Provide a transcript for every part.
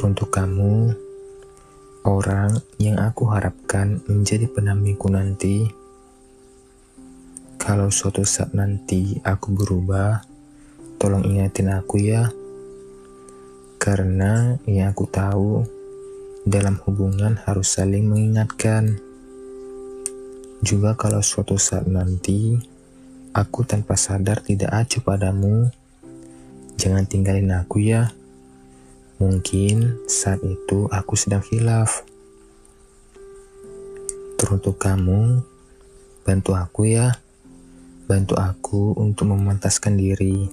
Teruntuk kamu, orang yang aku harapkan menjadi pendampingku nanti. Kalau suatu saat nanti aku berubah, tolong ingatin aku ya. Karena yang aku tahu, dalam hubungan harus saling mengingatkan. Juga kalau suatu saat nanti aku tanpa sadar tidak acuh padamu, jangan tinggalin aku ya. Mungkin saat itu aku sedang khilaf. Teruntuk kamu, bantu aku ya. Bantu aku untuk memantaskan diri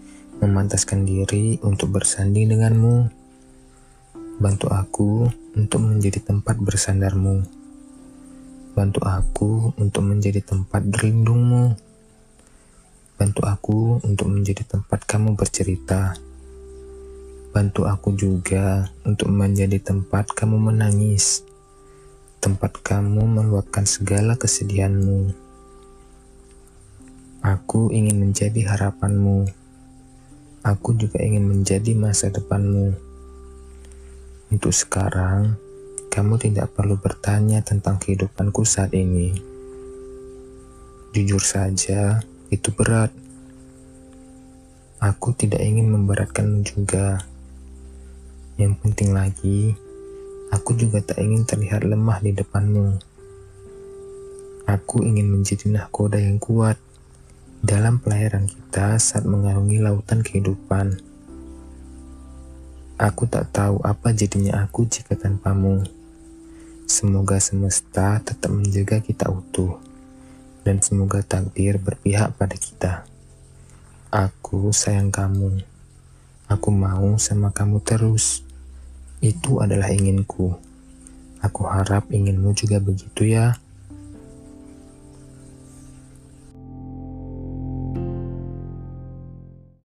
untuk bersanding denganmu. Bantu aku untuk menjadi tempat bersandarmu. Bantu aku untuk menjadi tempat berlindungmu. Bantu aku untuk menjadi tempat kamu bercerita. Bantu aku juga untuk menjadi tempat kamu menangis. Tempat kamu meluapkan segala kesedihanmu. Aku ingin menjadi harapanmu. Aku juga ingin menjadi masa depanmu. Untuk sekarang, kamu tidak perlu bertanya tentang kehidupanku saat ini. Jujur saja, itu berat. Aku tidak ingin memberatkanmu juga. Yang penting lagi, aku juga tak ingin terlihat lemah di depanmu. Aku ingin menjadi nahkoda yang kuat dalam pelayaran kita saat mengarungi lautan kehidupan. Aku tak tahu apa jadinya aku jika tanpamu. Semoga semesta tetap menjaga kita utuh, dan semoga takdir berpihak pada kita. Aku sayang kamu. Aku mau sama kamu terus. Itu adalah inginku. Aku harap inginmu juga begitu ya.